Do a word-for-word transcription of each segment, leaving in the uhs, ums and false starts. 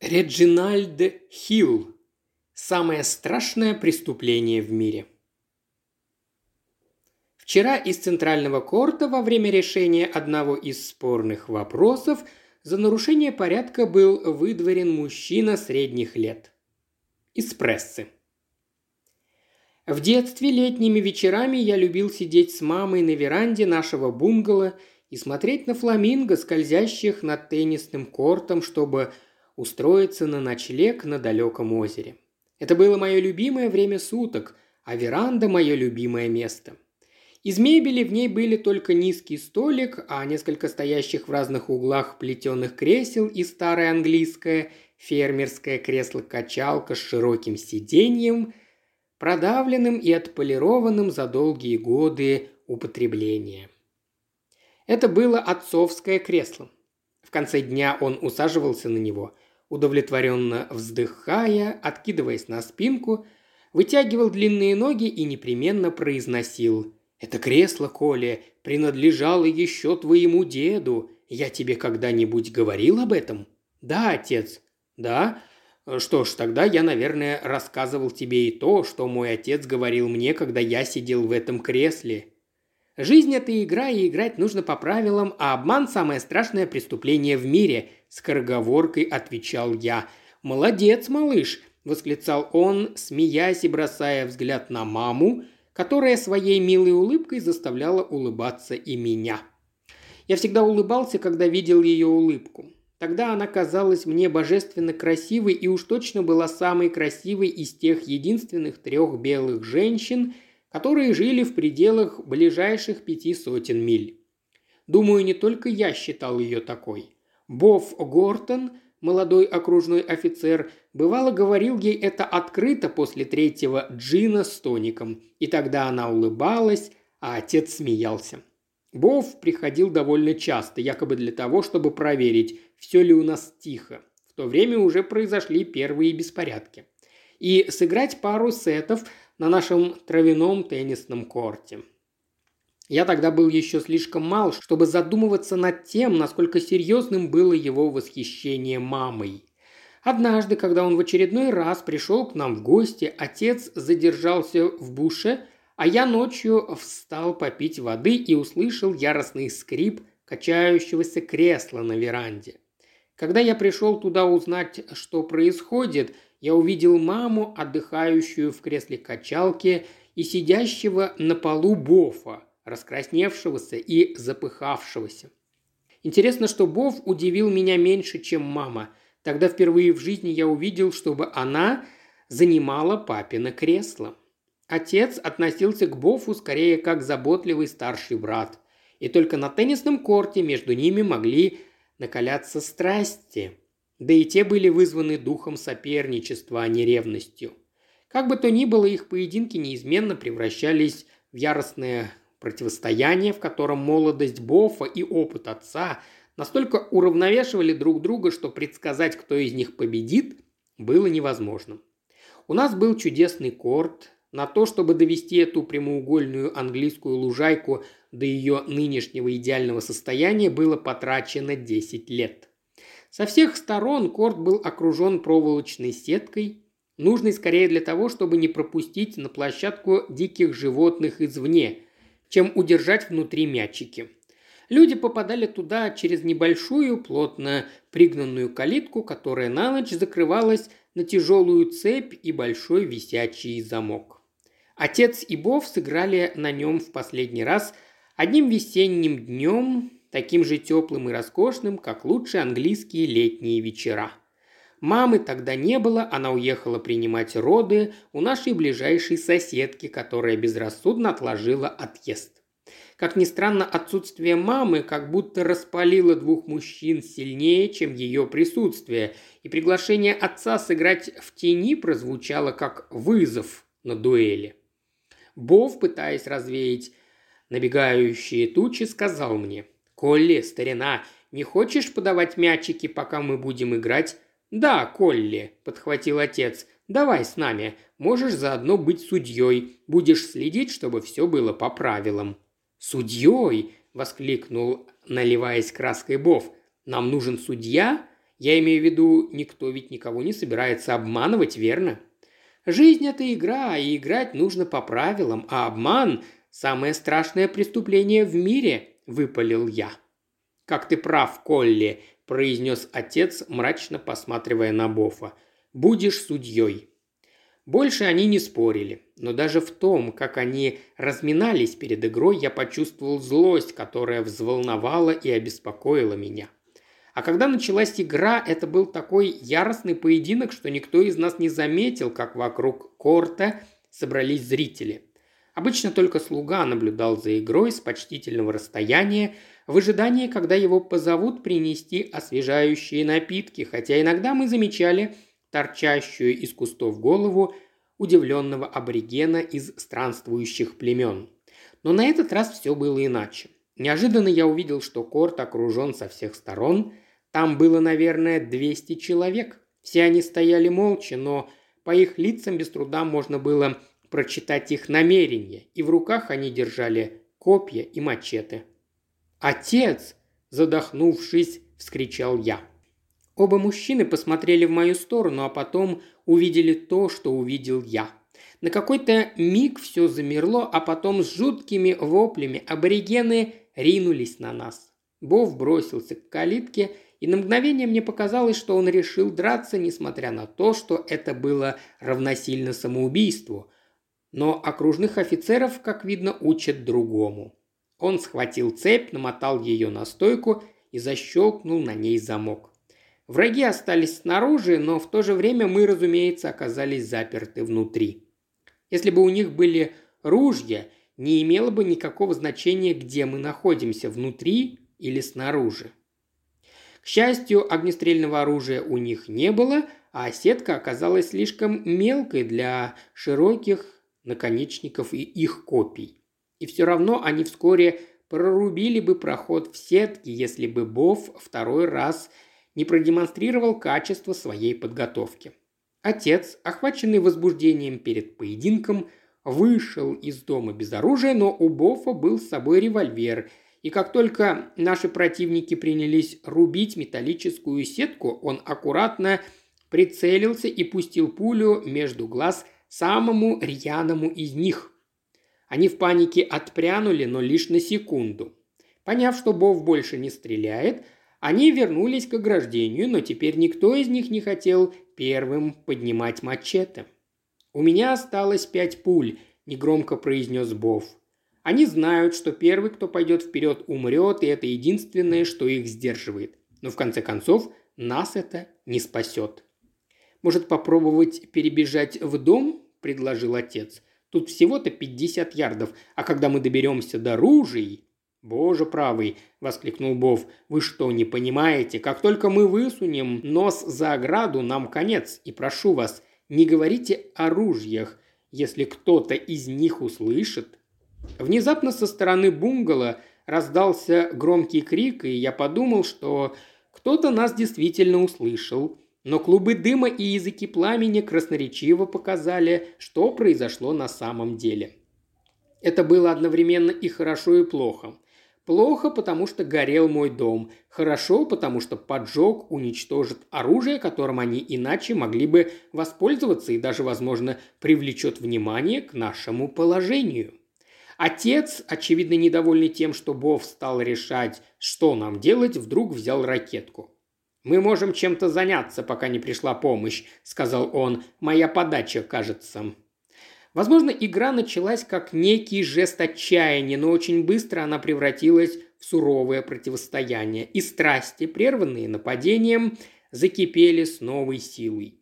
Реджинальд Хилл. Самое страшное преступление в мире. Вчера из Центрального корта во время решения одного из спорных вопросов за нарушение порядка был выдворен мужчина средних лет. Из прессы. В детстве летними вечерами я любил сидеть с мамой на веранде нашего бунгало и смотреть на фламинго, скользящих над теннисным кортом, чтобы устроиться на ночлег на далеком озере. Это было мое любимое время суток, а веранда – мое любимое место. Из мебели в ней были только низкий столик, а несколько стоящих в разных углах плетеных кресел и старое английское фермерское кресло-качалка с широким сиденьем, продавленным и отполированным за долгие годы употребления. Это было отцовское кресло. В конце дня он усаживался на него, удовлетворенно вздыхая, откидываясь на спинку, вытягивал длинные ноги и непременно произносил: «Это кресло, Коля, принадлежало еще твоему деду. Я тебе когда-нибудь говорил об этом?» «Да, отец». «Да? Что ж, тогда я, наверное, рассказывал тебе и то, что мой отец говорил мне, когда я сидел в этом кресле. Жизнь – это игра, и играть нужно по правилам, а обман – самое страшное преступление в мире», – скороговоркой отвечал я. «Молодец, малыш», – восклицал он, смеясь и бросая взгляд на маму, которая своей милой улыбкой заставляла улыбаться и меня. Я всегда улыбался, когда видел ее улыбку. Тогда она казалась мне божественно красивой и уж точно была самой красивой из тех единственных трех белых женщин, которые жили в пределах ближайших пяти сотен миль. Думаю, не только я считал ее такой. Бофф Гортон, молодой окружной офицер, бывало говорил ей это открыто после третьего джина с тоником, и тогда она улыбалась, а отец смеялся. Бофф приходил довольно часто, якобы для того, чтобы проверить, все ли у нас тихо. В то время уже произошли первые беспорядки. И сыграть пару сетов на нашем травяном теннисном корте. Я тогда был еще слишком мал, чтобы задумываться над тем, насколько серьезным было его восхищение мамой. Однажды, когда он в очередной раз пришел к нам в гости, отец задержался в буше, а я ночью встал попить воды и услышал яростный скрип качающегося кресла на веранде. Когда я пришел туда узнать, что происходит, я увидел маму, отдыхающую в кресле качалки, и сидящего на полу Боффа, раскрасневшегося и запыхавшегося. Интересно, что Бофф удивил меня меньше, чем мама. Тогда впервые в жизни я увидел, чтобы она занимала папино кресло. Отец относился к Боффу скорее как заботливый старший брат. И только на теннисном корте между ними могли накаляться страсти. Да и те были вызваны духом соперничества, а не ревностью. Как бы то ни было, их поединки неизменно превращались в яростное противостояние, в котором молодость Боффа и опыт отца настолько уравновешивали друг друга, что предсказать, кто из них победит, было невозможным. У нас был чудесный корт. На то, чтобы довести эту прямоугольную английскую лужайку до ее нынешнего идеального состояния, было потрачено десять лет. Со всех сторон корт был окружен проволочной сеткой, нужной скорее для того, чтобы не пропустить на площадку диких животных извне, чем удержать внутри мячики. Люди попадали туда через небольшую, плотно пригнанную калитку, которая на ночь закрывалась на тяжелую цепь и большой висячий замок. Отец и Бофф сыграли на нем в последний раз одним весенним днем, таким же теплым и роскошным, как лучшие английские летние вечера. Мамы тогда не было, она уехала принимать роды у нашей ближайшей соседки, которая безрассудно отложила отъезд. Как ни странно, отсутствие мамы как будто распалило двух мужчин сильнее, чем ее присутствие, и приглашение отца сыграть в тени прозвучало как вызов на дуэли. Бофф, пытаясь развеять набегающие тучи, сказал мне: «Колли, старина, не хочешь подавать мячики, пока мы будем играть?» «Да, Колли», – подхватил отец, – «давай с нами. Можешь заодно быть судьей. Будешь следить, чтобы все было по правилам». «Судьей?» – воскликнул, наливаясь краской Бофф. «Нам нужен судья? Я имею в виду, никто ведь никого не собирается обманывать, верно? Жизнь – это игра, и играть нужно по правилам, а обман – самое страшное преступление в мире, выпалил я. «Как ты прав, Колли», – произнес отец, мрачно посматривая на Боффа. «Будешь судьей». Больше они не спорили, но даже в том, как они разминались перед игрой, я почувствовал злость, которая взволновала и обеспокоила меня. А когда началась игра, это был такой яростный поединок, что никто из нас не заметил, как вокруг корта собрались зрители. Обычно только слуга наблюдал за игрой с почтительного расстояния, в ожидании, когда его позовут принести освежающие напитки, хотя иногда мы замечали торчащую из кустов голову удивленного аборигена из странствующих племен. Но на этот раз все было иначе. Неожиданно я увидел, что корт окружен со всех сторон. Там было, наверное, двести человек. Все они стояли молча, но по их лицам без труда можно было прочитать их намерения, и в руках они держали копья и мачете. «Отец!» – задохнувшись, вскричал я. Оба мужчины посмотрели в мою сторону, а потом увидели то, что увидел я. На какой-то миг все замерло, а потом с жуткими воплями аборигены ринулись на нас. Бов бросился к калитке, и на мгновение мне показалось, что он решил драться, несмотря на то, что это было равносильно самоубийству. Но окружных офицеров, как видно, учат другому. Он схватил цепь, намотал ее на стойку и защелкнул на ней замок. Враги остались снаружи, но в то же время мы, разумеется, оказались заперты внутри. Если бы у них были ружья, не имело бы никакого значения, где мы находимся, внутри или снаружи. К счастью, огнестрельного оружия у них не было, а сетка оказалась слишком мелкой для широких наконечников и их копий. И все равно они вскоре прорубили бы проход в сетке, если бы Бофф второй раз не продемонстрировал качество своей подготовки. Отец, охваченный возбуждением перед поединком, вышел из дома без оружия, но у Боффа был с собой револьвер, и как только наши противники принялись рубить металлическую сетку, он аккуратно прицелился и пустил пулю между глаз самому рьяному из них. Они в панике отпрянули, но лишь на секунду. Поняв, что Бофф больше не стреляет, они вернулись к ограждению, но теперь никто из них не хотел первым поднимать мачете. «У меня осталось пять пуль», – негромко произнес Бофф. «Они знают, что первый, кто пойдет вперед, умрет, и это единственное, что их сдерживает. Но в конце концов нас это не спасет». «Может, попробовать перебежать в дом?» – предложил отец. «Тут всего-то пятьдесят ярдов, а когда мы доберемся до ружей...» «Боже правый!» – воскликнул Бофф. «Вы что, не понимаете? Как только мы высунем нос за ограду, нам конец. И прошу вас, не говорите о ружьях, если кто-то из них услышит». Внезапно со стороны бунгало раздался громкий крик, и я подумал, что кто-то нас действительно услышал. Но клубы дыма и языки пламени красноречиво показали, что произошло на самом деле. Это было одновременно и хорошо, и плохо. Плохо, потому что горел мой дом. Хорошо, потому что поджог уничтожит оружие, которым они иначе могли бы воспользоваться и даже, возможно, привлечет внимание к нашему положению. Отец, очевидно недовольный тем, что Бофф стал решать, что нам делать, вдруг взял ракетку. «Мы можем чем-то заняться, пока не пришла помощь», – сказал он. «Моя подача, кажется». Возможно, игра началась как некий жест отчаяния, но очень быстро она превратилась в суровое противостояние, и страсти, прерванные нападением, закипели с новой силой.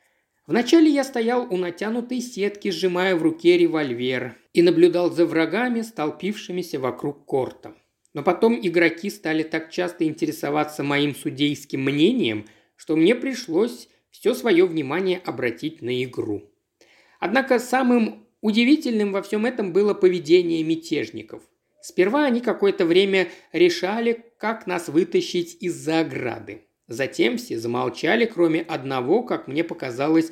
Вначале я стоял у натянутой сетки, сжимая в руке револьвер, и наблюдал за врагами, столпившимися вокруг корта. Но потом игроки стали так часто интересоваться моим судейским мнением, что мне пришлось все свое внимание обратить на игру. Однако самым удивительным во всем этом было поведение мятежников. Сперва они какое-то время решали, как нас вытащить из-за ограды. Затем все замолчали, кроме одного, как мне показалось,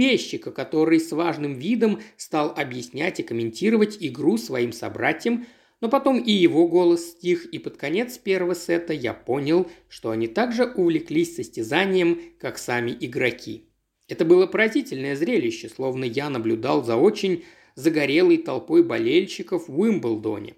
слуги-перебежчика, который с важным видом стал объяснять и комментировать игру своим собратьям, Но потом и его голос стих, и под конец первого сета я понял, что они также увлеклись состязанием, как сами игроки. Это было поразительное зрелище, словно я наблюдал за очень загорелой толпой болельщиков в Уимблдоне.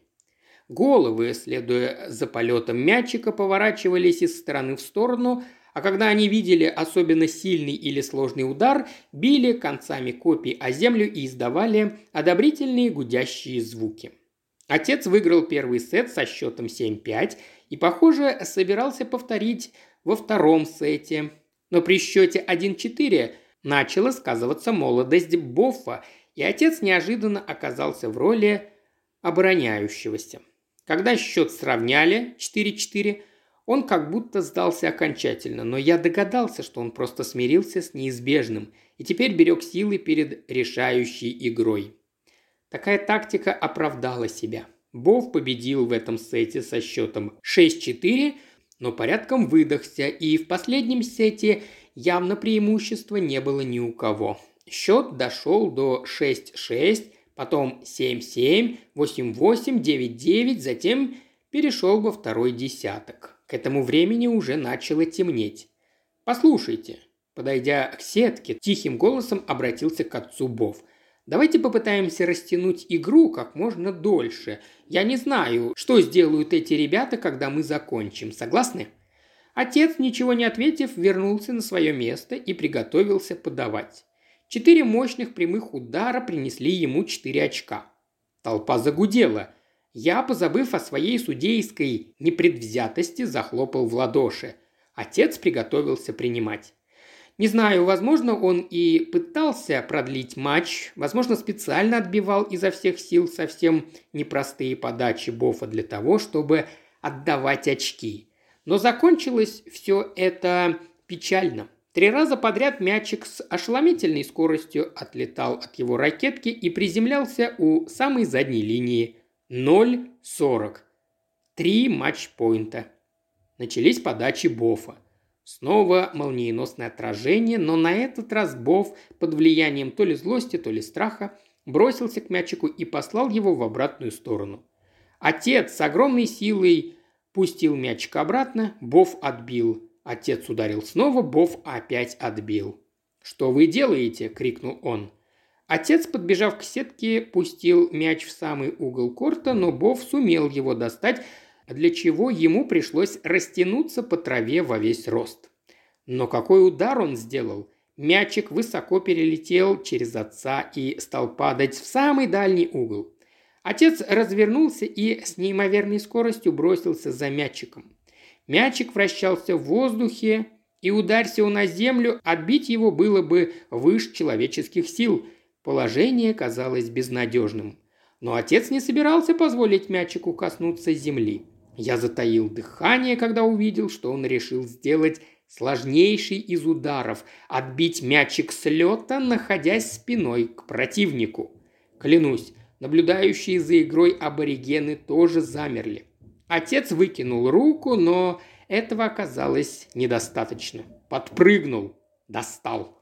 Головы, следуя за полетом мячика, поворачивались из стороны в сторону, а когда они видели особенно сильный или сложный удар, били концами копий о землю и издавали одобрительные гудящие звуки. Отец выиграл первый сет со счетом семь пять и, похоже, собирался повторить во втором сете. Но при счете один четыре начала сказываться молодость Боффа, и отец неожиданно оказался в роли обороняющегося. Когда счет сравняли четыре четыре, он как будто сдался окончательно, но я догадался, что он просто смирился с неизбежным и теперь берег силы перед решающей игрой. Такая тактика оправдала себя. Бофф победил в этом сете со счетом шесть четыре, но порядком выдохся, и в последнем сете явно преимущества не было ни у кого. Счет дошел до шесть шесть, потом семь семь, восемь восемь, девять девять, затем перешел во второй десяток. К этому времени уже начало темнеть. «Послушайте», – подойдя к сетке, тихим голосом обратился к отцу Бофф. «Давайте попытаемся растянуть игру как можно дольше. Я не знаю, что сделают эти ребята, когда мы закончим. Согласны?» Отец, ничего не ответив, вернулся на свое место и приготовился подавать. Четыре мощных прямых удара принесли ему четыре очка. Толпа загудела. Я, позабыв о своей судейской непредвзятости, захлопал в ладоши. Отец приготовился принимать. Не знаю, возможно, он и пытался продлить матч, возможно, специально отбивал изо всех сил совсем непростые подачи Боффа для того, чтобы отдавать очки. Но закончилось все это печально. Три раза подряд мячик с ошеломительной скоростью отлетал от его ракетки и приземлялся у самой задней линии. ноль сорок. Три матч-пойнта. Начались подачи Боффа. Снова молниеносное отражение, но на этот раз Бофф под влиянием то ли злости, то ли страха бросился к мячику и послал его в обратную сторону. Отец с огромной силой пустил мячик обратно, Бофф отбил. Отец ударил снова, Бофф опять отбил. «Что вы делаете?» – крикнул он. Отец, подбежав к сетке, пустил мяч в самый угол корта, но Бофф сумел его достать, для чего ему пришлось растянуться по траве во весь рост. Но какой удар он сделал! Мячик высоко перелетел через отца и стал падать в самый дальний угол. Отец развернулся и с неимоверной скоростью бросился за мячиком. Мячик вращался в воздухе, и ударься он на землю, отбить его было бы выше человеческих сил. Положение казалось безнадежным. Но отец не собирался позволить мячику коснуться земли. Я затаил дыхание, когда увидел, что он решил сделать сложнейший из ударов – отбить мячик с лета, находясь спиной к противнику. Клянусь, наблюдающие за игрой аборигены тоже замерли. Отец выкинул руку, но этого оказалось недостаточно. Подпрыгнул, достал.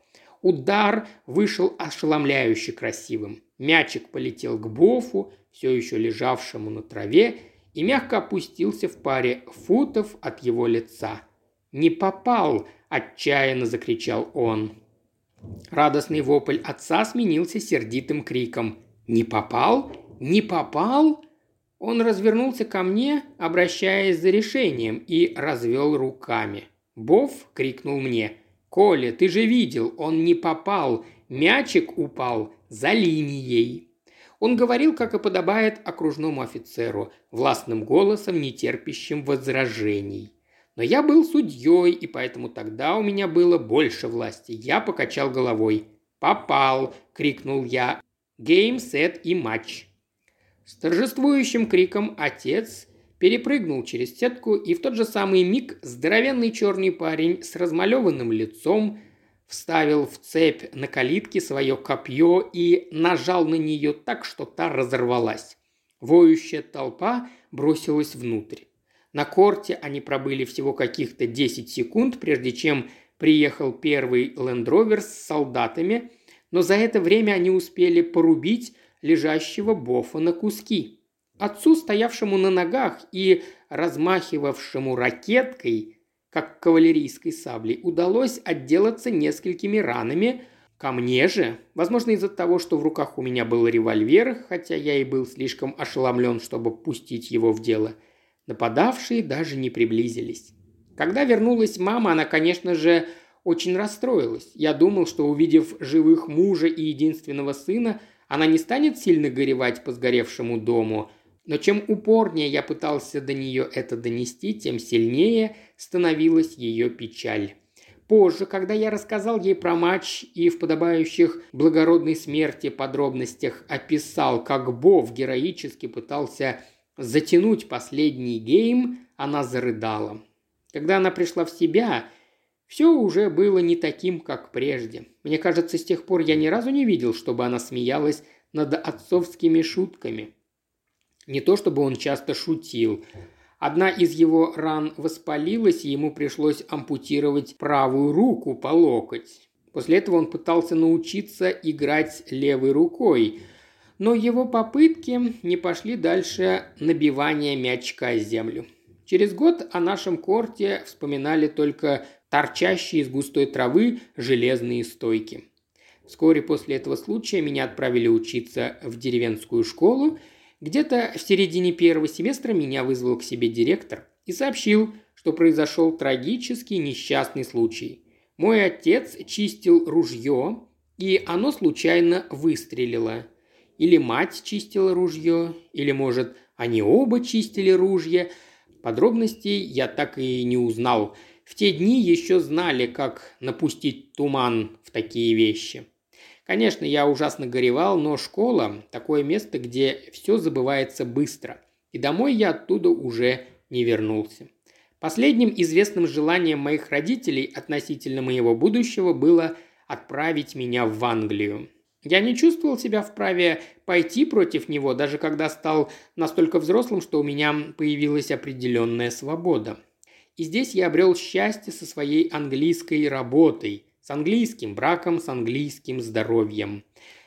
Удар вышел ошеломляюще красивым. Мячик полетел к Боффу, все еще лежавшему на траве, и мягко опустился в паре футов от его лица. «Не попал!» – отчаянно закричал он. Радостный вопль отца сменился сердитым криком. «Не попал? Не попал?» Он развернулся ко мне, обращаясь за решением, и развел руками. Бофф крикнул мне: «Коля, ты же видел, он не попал, мячик упал за линией». Он говорил, как и подобает окружному офицеру, властным голосом, не терпящим возражений. Но я был судьей, и поэтому тогда у меня было больше власти. Я покачал головой. «Попал!» – крикнул я. «Гейм, сет и матч». С торжествующим криком отец перепрыгнул через сетку, и в тот же самый миг здоровенный черный парень с размалеванным лицом вставил в цепь на калитке свое копье и нажал на нее так, что та разорвалась. Воющая толпа бросилась внутрь. На корте они пробыли всего каких-то десять секунд, прежде чем приехал первый лендровер с солдатами, но за это время они успели порубить лежащего Боффа на куски. Отцу, стоявшему на ногах и размахивавшему ракеткой, как кавалерийской саблей, удалось отделаться несколькими ранами. Ко мне же, возможно, из-за того, что в руках у меня был револьвер, хотя я и был слишком ошеломлен, чтобы пустить его в дело, нападавшие даже не приблизились. Когда вернулась мама, она, конечно же, очень расстроилась. Я думал, что, увидев живых мужа и единственного сына, она не станет сильно горевать по сгоревшему дому. Но чем упорнее я пытался до нее это донести, тем сильнее становилась ее печаль. Позже, когда я рассказал ей про матч и в подобающих благородной смерти подробностях описал, как Бов героически пытался затянуть последний гейм, она зарыдала. Когда она пришла в себя, все уже было не таким, как прежде. Мне кажется, с тех пор я ни разу не видел, чтобы она смеялась над отцовскими шутками. Не то чтобы он часто шутил. Одна из его ран воспалилась, и ему пришлось ампутировать правую руку по локоть. После этого он пытался научиться играть левой рукой, но его попытки не пошли дальше набивания мячика о землю. Через год о нашем корте вспоминали только торчащие из густой травы железные стойки. Вскоре после этого случая меня отправили учиться в деревенскую школу. Где-то в середине первого семестра меня вызвал к себе директор и сообщил, что произошел трагический несчастный случай. Мой отец чистил ружье, и оно случайно выстрелило. Или мать чистила ружье, или, может, они оба чистили ружья. Подробностей я так и не узнал. В те дни еще знали, как напустить туман в такие вещи. Конечно, я ужасно горевал, но школа – такое место, где все забывается быстро. И домой я оттуда уже не вернулся. Последним известным желанием моих родителей относительно моего будущего было отправить меня в Англию. Я не чувствовал себя вправе пойти против него, даже когда стал настолько взрослым, что у меня появилась определенная свобода. И здесь я обрел счастье со своей английской работой, с английским браком, с английским здоровьем.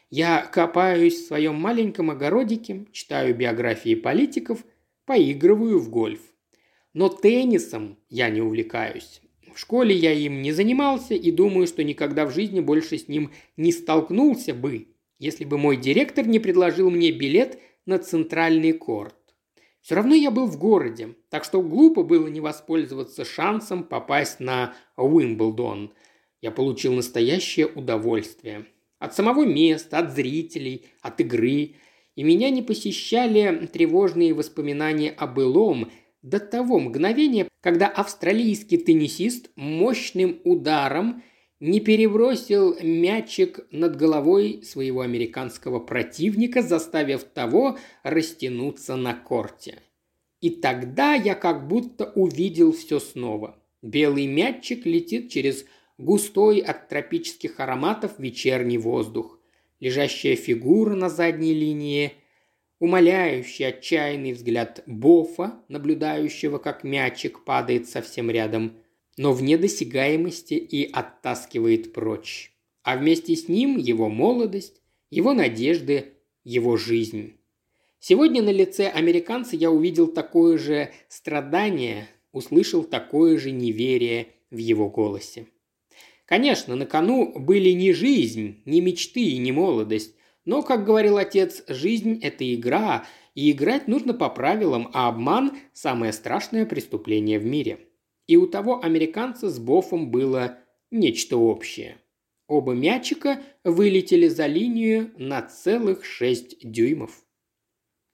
Я копаюсь в своем маленьком огородике, читаю биографии политиков, поигрываю в гольф. Но теннисом я не увлекаюсь. В школе я им не занимался и думаю, что никогда в жизни больше с ним не столкнулся бы, если бы мой директор не предложил мне билет на центральный корт. Все равно я был в городе, так что глупо было не воспользоваться шансом попасть на Уимблдон. Я получил настоящее удовольствие. От самого места, от зрителей, от игры. И меня не посещали тревожные воспоминания о былом до того мгновения, когда австралийский теннисист мощным ударом не перебросил мячик над головой своего американского противника, заставив того растянуться на корте. И тогда я как будто увидел все снова. Белый мячик летит через густой от тропических ароматов вечерний воздух. Лежащая фигура на задней линии, умоляющий отчаянный взгляд Бофа, наблюдающего, как мячик падает совсем рядом, но вне досягаемости и оттаскивает прочь. А вместе с ним его молодость, его надежды, его жизнь. Сегодня на лице американца я увидел такое же страдание, услышал такое же неверие в его голосе. Конечно, на кону были не жизнь, не мечты и не молодость, но, как говорил отец, жизнь – это игра, и играть нужно по правилам, а обман – самое страшное преступление в мире. И у того американца с Бофом было нечто общее. Оба мячика вылетели за линию на целых шесть дюймов.